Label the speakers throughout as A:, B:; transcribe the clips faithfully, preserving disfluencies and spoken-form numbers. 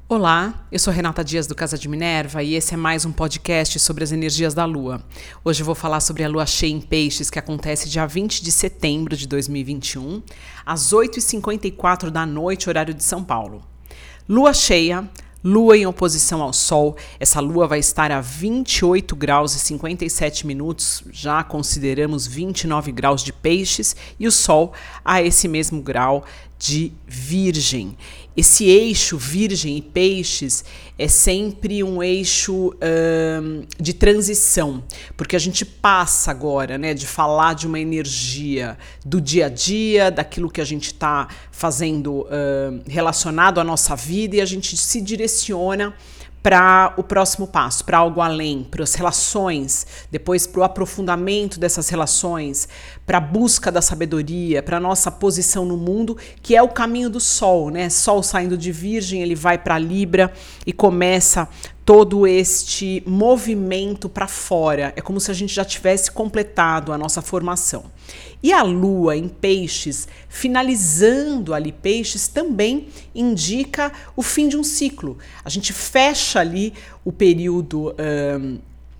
A: Olá, eu sou Renata Dias do Casa de Minerva e esse é mais um podcast sobre as energias da Lua. Hoje eu vou falar sobre a Lua cheia em Peixes, que acontece dia vinte de setembro de dois mil e vinte e um, às oito e cinquenta e quatro da noite, horário de São Paulo. Lua cheia, Lua em oposição ao Sol. Essa Lua vai estar a vinte e oito graus e cinquenta e sete minutos, já consideramos vinte e nove graus de Peixes, e o Sol a esse mesmo grau de Virgem. Esse eixo Virgem e Peixes é sempre um eixo hum, de transição, porque a gente passa agora, né, de falar de uma energia do dia a dia, daquilo que a gente está fazendo hum, relacionado à nossa vida, e a gente se direciona para o próximo passo, para algo além, para as relações, depois para o aprofundamento dessas relações, para a busca da sabedoria, para a nossa posição no mundo, que é o caminho do Sol, né? Sol saindo de Virgem, ele vai para Libra e começa todo este movimento para fora. É como se a gente já tivesse completado a nossa formação. E a Lua em Peixes, finalizando ali Peixes, também indica o fim de um ciclo. A gente fecha ali o período um,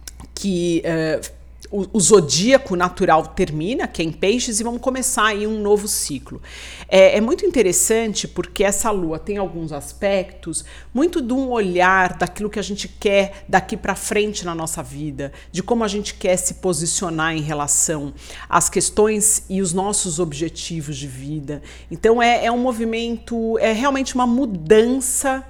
A: que uh, o, o zodíaco natural termina, que é em Peixes, e vamos começar aí um novo ciclo. É, é muito interessante porque essa Lua tem alguns aspectos muito de um olhar daquilo que a gente quer daqui para frente na nossa vida, de como a gente quer se posicionar em relação às questões e os nossos objetivos de vida. Então é, é um movimento, é realmente uma mudança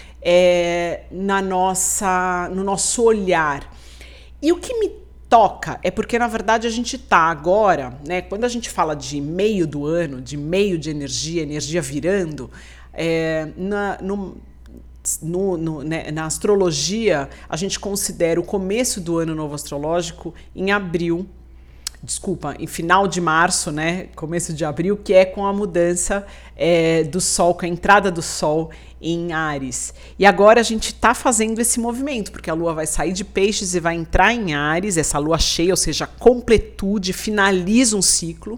A: é, na nossa, no nosso olhar. E o que me toca é porque, na verdade, a gente está agora, né, quando a gente fala de meio do ano, de meio de energia, energia virando, é, na, no, no, no, né, na astrologia, a gente considera o começo do ano novo astrológico em abril, desculpa, em final de março, né, começo de abril, que é com a mudança é, do Sol, com a entrada do Sol em Áries. E agora a gente está fazendo esse movimento, porque a Lua vai sair de Peixes e vai entrar em Áries, essa Lua cheia, ou seja, a completude, finaliza um ciclo.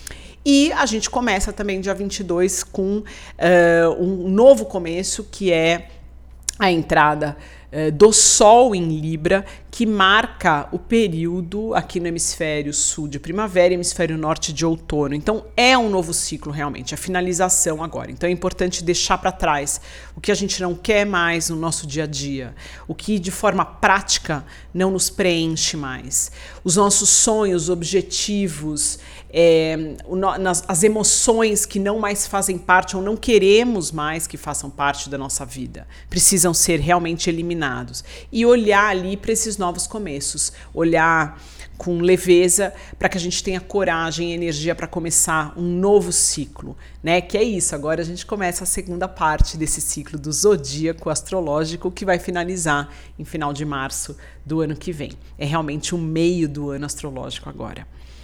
A: E a gente começa também dia vinte e dois com uh, um novo começo, que é a entrada uh, do Sol em Libra, que marca o período aqui no hemisfério sul de primavera e hemisfério norte de outono. Então é um novo ciclo realmente, a finalização agora. Então é importante deixar para trás o que a gente não quer mais no nosso dia a dia, o que de forma prática não nos preenche mais, os nossos sonhos, objetivos, é, o, nas, as emoções que não mais fazem parte ou não queremos mais que façam parte da nossa vida, precisam ser realmente eliminados. E olhar ali para esses novos começos, olhar com leveza para que a gente tenha coragem e energia para começar um novo ciclo, né? Que é isso, agora a gente começa a segunda parte desse ciclo do zodíaco astrológico, que vai finalizar em final de março do ano que vem. É realmente o meio do ano astrológico agora.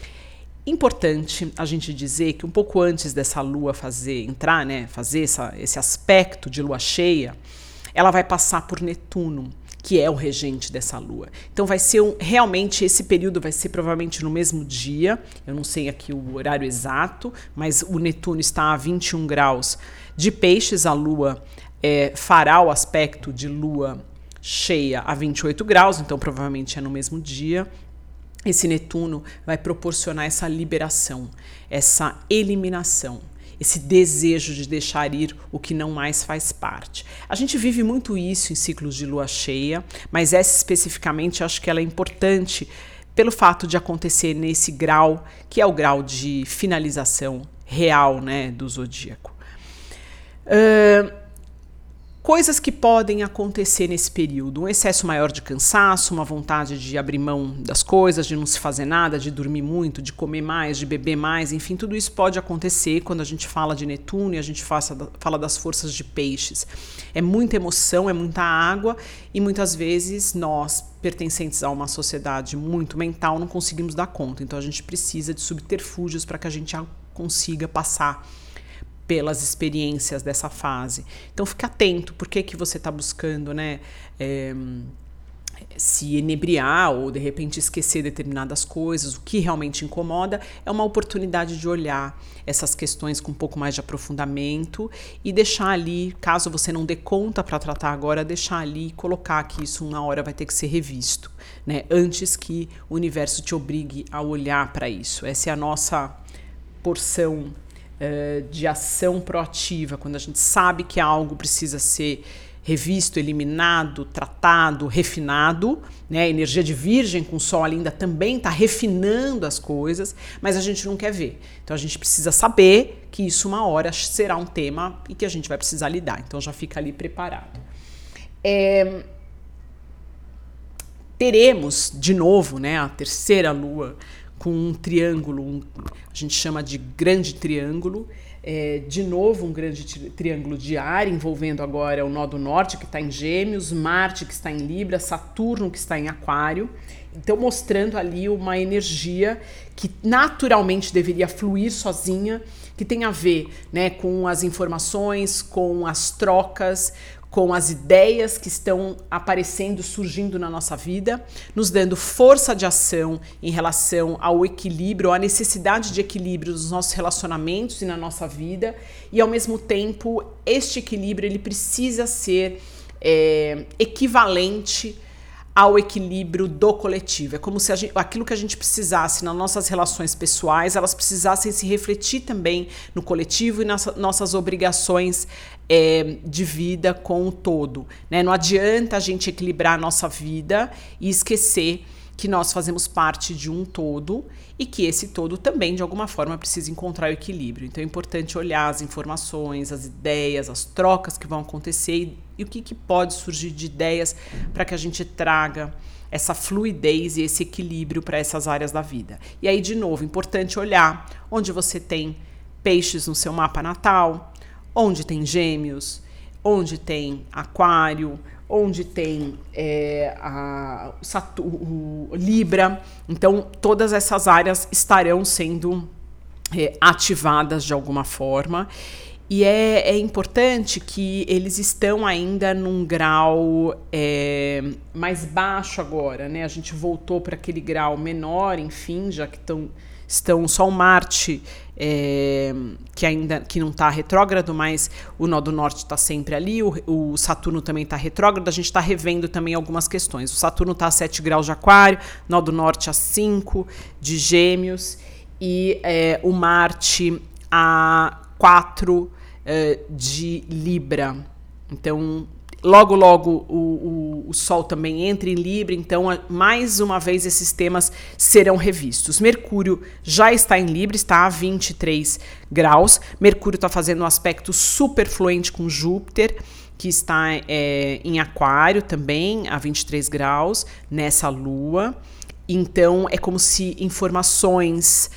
A: Importante a gente dizer que um pouco antes dessa Lua fazer entrar, né, fazer essa, esse aspecto de Lua cheia, ela vai passar por Netuno, que é o regente dessa Lua. Então vai ser um, realmente esse período vai ser provavelmente no mesmo dia, eu não sei aqui o horário exato, mas o Netuno está a vinte e um graus de Peixes, a Lua é, fará o aspecto de Lua cheia a vinte e oito graus, então provavelmente é no mesmo dia. Esse Netuno vai proporcionar essa liberação, essa eliminação, esse desejo de deixar ir o que não mais faz parte. A gente vive muito isso em ciclos de lua cheia, mas essa especificamente acho que ela é importante pelo fato de acontecer nesse grau, que é o grau de finalização real, né, do zodíaco. Uh, Coisas que podem acontecer nesse período: um excesso maior de cansaço, uma vontade de abrir mão das coisas, de não se fazer nada, de dormir muito, de comer mais, de beber mais, enfim, tudo isso pode acontecer quando a gente fala de Netuno e a gente faça, fala das forças de Peixes. É muita emoção, é muita água e muitas vezes nós, pertencentes a uma sociedade muito mental, não conseguimos dar conta. Então a gente precisa de subterfúgios para que a gente consiga passar pelas experiências dessa fase. Então fica atento, por que que você está buscando, né, é, se inebriar ou de repente esquecer determinadas coisas, o que realmente incomoda, é uma oportunidade de olhar essas questões com um pouco mais de aprofundamento e deixar ali, caso você não dê conta para tratar agora, deixar ali e colocar que isso uma hora vai ter que ser revisto, né? Antes que o universo te obrigue a olhar para isso. Essa é a nossa porção uh, de ação proativa, quando a gente sabe que algo precisa ser revisto, eliminado, tratado, refinado, né? A energia de Virgem com Sol ainda também está refinando as coisas, mas a gente não quer ver. Então a gente precisa saber que isso uma hora será um tema e que a gente vai precisar lidar. Então já fica ali preparado. É... Teremos de novo, né, a terceira lua com um triângulo, um, a gente chama de grande triângulo. É, de novo um grande tri triângulo de ar, envolvendo agora o nó do norte, que está em Gêmeos, Marte, que está em Libra, Saturno, que está em Aquário. Então, mostrando ali uma energia que naturalmente deveria fluir sozinha, que tem a ver, né, com as informações, com as trocas, com as ideias que estão aparecendo, surgindo na nossa vida, nos dando força de ação em relação ao equilíbrio, à necessidade de equilíbrio dos nossos relacionamentos e na nossa vida, e ao mesmo tempo este equilíbrio ele precisa ser é, equivalente ao equilíbrio do coletivo. É como se a gente, aquilo que a gente precisasse nas nossas relações pessoais, elas precisassem se refletir também no coletivo e nas nossas obrigações é, de vida com o todo, né? Não adianta a gente equilibrar a nossa vida e esquecer que nós fazemos parte de um todo e que esse todo também, de alguma forma, precisa encontrar o equilíbrio. Então é importante olhar as informações, as ideias, as trocas que vão acontecer e, e o que, que pode surgir de ideias para que a gente traga essa fluidez e esse equilíbrio para essas áreas da vida. E aí, de novo, importante olhar onde você tem peixes no seu mapa natal, onde tem Gêmeos, onde tem Aquário, onde tem é, a, o, o Libra. Então, todas essas áreas estarão sendo é, ativadas de alguma forma. E é, é importante que eles estão ainda num grau é, mais baixo agora, né? A gente voltou para aquele grau menor, enfim, já que tão, estão só o Marte, é, que ainda que não está retrógrado, mas o nó do norte está sempre ali, o, o Saturno também está retrógrado, a gente está revendo também algumas questões. O Saturno está a sete graus de Aquário, nó do norte a cinco de Gêmeos, e é, o Marte a quatro uh, de Libra. Então, logo, logo o, o, o Sol também entra em Libra, então, mais uma vez, esses temas serão revistos. Mercúrio já está em Libra, está a vinte e três graus. Mercúrio está fazendo um aspecto super fluente com Júpiter, que está é, em Aquário também, a vinte e três graus, nessa lua. Então, é como se informações,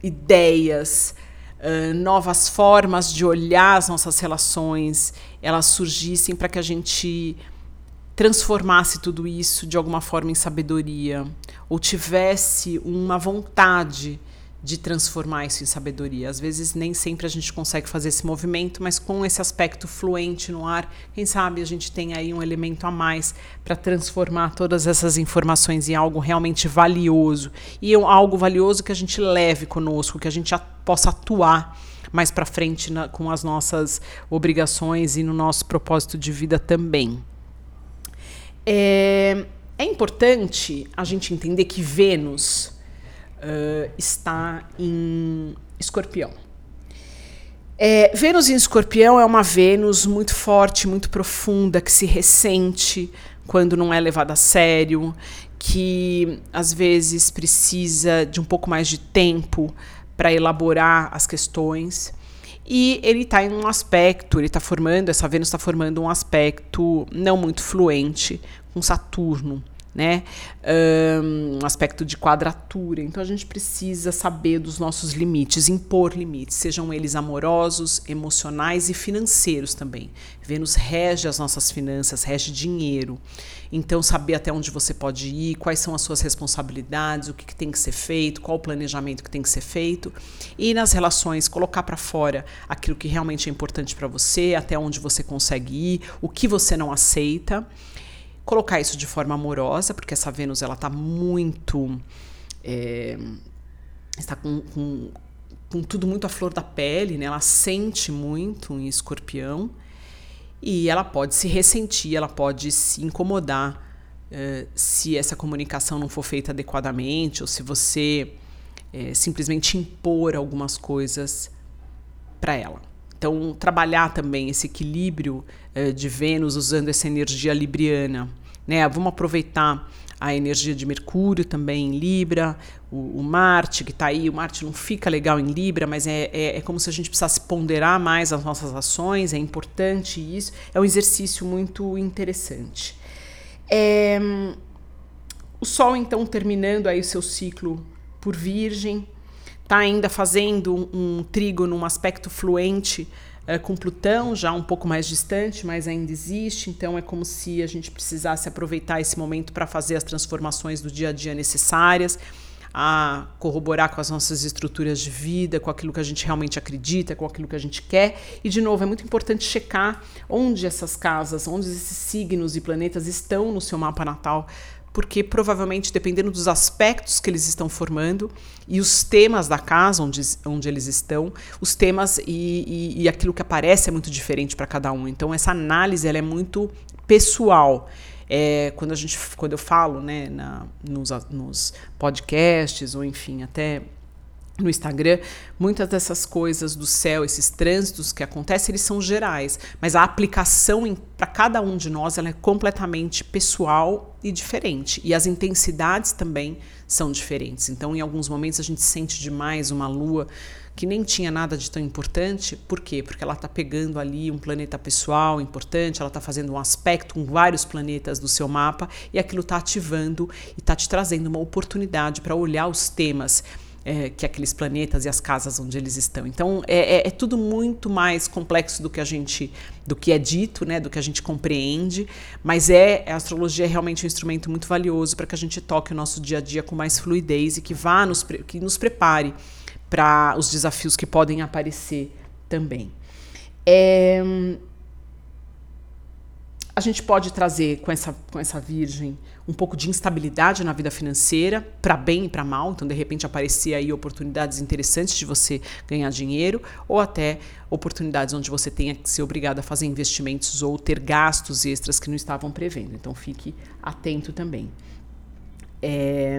A: ideias, Uh, novas formas de olhar as nossas relações, elas surgissem para que a gente transformasse tudo isso de alguma forma em sabedoria, ou tivesse uma vontade de transformar isso em sabedoria. Às vezes nem sempre a gente consegue fazer esse movimento, mas com esse aspecto fluente no ar, quem sabe a gente tem aí um elemento a mais para transformar todas essas informações em algo realmente valioso, e algo valioso que a gente leve conosco, que a gente possa atuar mais para frente na, com as nossas obrigações e no nosso propósito de vida também. É, é importante a gente entender que Vênus Uh, está em Escorpião. É, Vênus em Escorpião é uma Vênus muito forte, muito profunda, que se ressente quando não é levada a sério, que às vezes precisa de um pouco mais de tempo para elaborar as questões. E ele está em um aspecto, ele está formando, essa Vênus está formando um aspecto não muito fluente com Saturno, né? Um aspecto de quadratura. Então a gente precisa saber dos nossos limites, impor limites, sejam eles amorosos, emocionais e financeiros também. Vênus rege as nossas finanças, rege dinheiro. Então saber até onde você pode ir, quais são as suas responsabilidades, o que, que tem que ser feito, qual o planejamento que tem que ser feito, e nas relações colocar para fora aquilo que realmente é importante para você, até onde você consegue ir, o que você não aceita. colocar isso de forma amorosa, porque essa Vênus ela está muito... É, está com, com, com tudo muito à flor da pele, né? Ela sente muito em Escorpião e ela pode se ressentir, ela pode se incomodar uh, se essa comunicação não for feita adequadamente ou se você uh, simplesmente impor algumas coisas para ela. Então, trabalhar também esse equilíbrio uh, de Vênus usando essa energia libriana, né? Vamos aproveitar a energia de Mercúrio também em Libra, o, o Marte que está aí, o Marte não fica legal em Libra, mas é, é, é como se a gente precisasse ponderar mais as nossas ações, é importante isso, é um exercício muito interessante. É, o Sol, então, terminando aí o seu ciclo por Virgem, está ainda fazendo um, um trígono, um aspecto fluente Uh, com Plutão, já um pouco mais distante, mas ainda existe, então é como se a gente precisasse aproveitar esse momento para fazer as transformações do dia a dia necessárias, a corroborar com as nossas estruturas de vida, com aquilo que a gente realmente acredita, com aquilo que a gente quer. E, de novo, é muito importante checar onde essas casas, onde esses signos e planetas estão no seu mapa natal, porque provavelmente, dependendo dos aspectos que eles estão formando e os temas da casa onde, onde eles estão, os temas e, e, e aquilo que aparece é muito diferente para cada um. Então, essa análise ela é muito pessoal. É, quando, a gente, quando eu falo, né, na, nos, nos podcasts ou, enfim, até no Instagram, muitas dessas coisas do céu, esses trânsitos que acontecem, eles são gerais, mas a aplicação para cada um de nós ela é completamente pessoal e diferente, e as intensidades também são diferentes. Então, em alguns momentos a gente sente demais uma lua que nem tinha nada de tão importante. Por quê? Porque ela está pegando ali um planeta pessoal importante, ela está fazendo um aspecto com vários planetas do seu mapa, e aquilo está ativando e está te trazendo uma oportunidade para olhar os temas É, que aqueles planetas e as casas onde eles estão. Então é, é, é tudo muito mais complexo do que a gente, do que é dito, né, do que a gente compreende, mas é, a astrologia é realmente um instrumento muito valioso para que a gente toque o nosso dia a dia com mais fluidez e que vá nos, que nos prepare para os desafios que podem aparecer também. É, a gente pode trazer com essa, com essa Virgem um pouco de instabilidade na vida financeira, para bem e para mal. Então, de repente, aparecer aí oportunidades interessantes de você ganhar dinheiro, ou até oportunidades onde você tenha que ser obrigado a fazer investimentos ou ter gastos extras que não estavam prevendo. Então, fique atento também. É...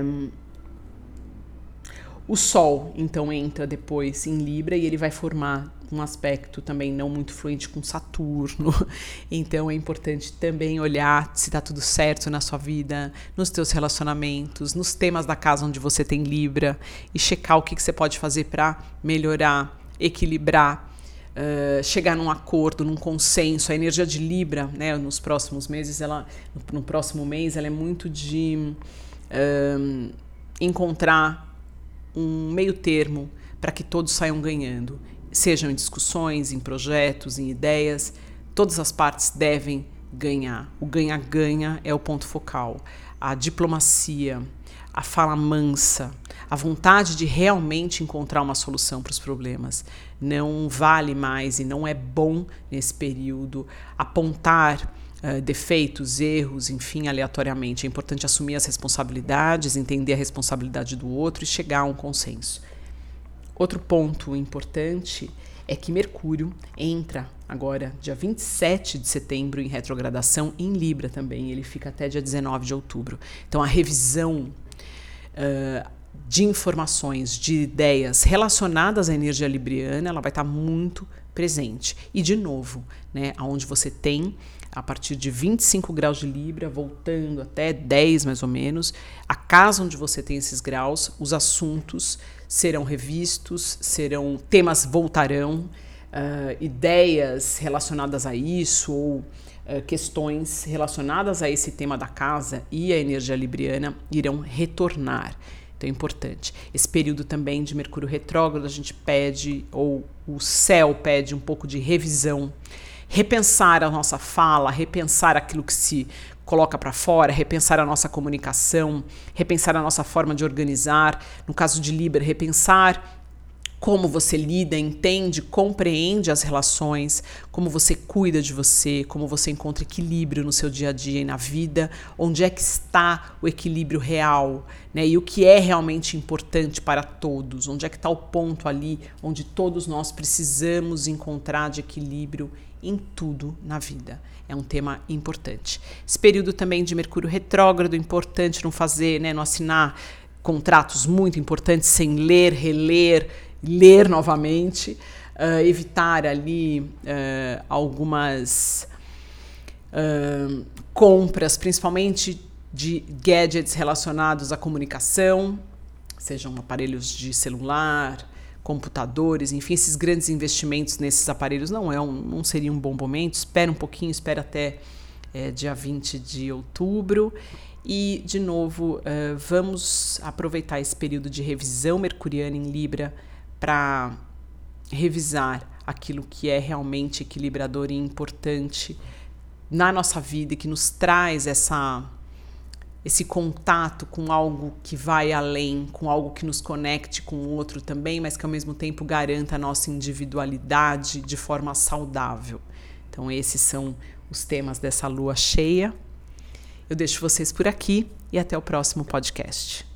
A: O Sol, então, entra depois em Libra e ele vai formar um aspecto também não muito fluente com Saturno. Então, é importante também olhar se está tudo certo na sua vida, nos teus relacionamentos, nos temas da casa onde você tem Libra, e checar o que, que você pode fazer para melhorar, equilibrar, uh, chegar num acordo, num consenso. A energia de Libra, né, nos próximos meses, ela, no, no próximo mês, ela é muito de uh, encontrar um meio termo para que todos saiam ganhando, sejam em discussões, em projetos, em ideias, todas as partes devem ganhar. O ganha-ganha é o ponto focal. A diplomacia, a fala mansa, a vontade de realmente encontrar uma solução para os problemas não vale mais e não é bom nesse período apontar Uh, defeitos, erros, enfim, aleatoriamente. É importante assumir as responsabilidades, entender a responsabilidade do outro e chegar a um consenso. Outro ponto importante é que Mercúrio entra agora, dia vinte e sete de setembro, em retrogradação em Libra também. Ele fica até dia dezenove de outubro. Então, a revisão uh, de informações, de ideias relacionadas à energia libriana, ela vai estar muito presente. E, de novo, né, onde você tem a partir de vinte e cinco graus de Libra, voltando até dez mais ou menos, a casa onde você tem esses graus, os assuntos serão revistos, serão, temas voltarão, uh, ideias relacionadas a isso ou uh, questões relacionadas a esse tema da casa e a energia libriana irão retornar. Então é importante. Esse período também de Mercúrio retrógrado, a gente pede, ou o céu pede um pouco de revisão, repensar a nossa fala, repensar aquilo que se coloca para fora, repensar a nossa comunicação, repensar a nossa forma de organizar. No caso de Libra, repensar como você lida, entende, compreende as relações, como você cuida de você, como você encontra equilíbrio no seu dia a dia e na vida, onde é que está o equilíbrio real, né? E o que é realmente importante para todos, onde é que está o ponto ali onde todos nós precisamos encontrar de equilíbrio em tudo na vida. É um tema importante. Esse período também de Mercúrio retrógrado, importante não fazer, né, não assinar contratos muito importantes sem ler, reler, ler novamente, uh, evitar ali uh, algumas uh, compras, principalmente de gadgets relacionados à comunicação, sejam aparelhos de celular, computadores, enfim, esses grandes investimentos nesses aparelhos não, é um, não seria um bom momento. Espera um pouquinho, espera até é, dia vinte de outubro. E, de novo, uh, vamos aproveitar esse período de revisão mercuriana em Libra para revisar aquilo que é realmente equilibrador e importante na nossa vida e que nos traz essa, esse contato com algo que vai além, com algo que nos conecte com o outro também, mas que ao mesmo tempo garanta a nossa individualidade de forma saudável. Então esses são os temas dessa lua cheia. Eu deixo vocês por aqui e até o próximo podcast.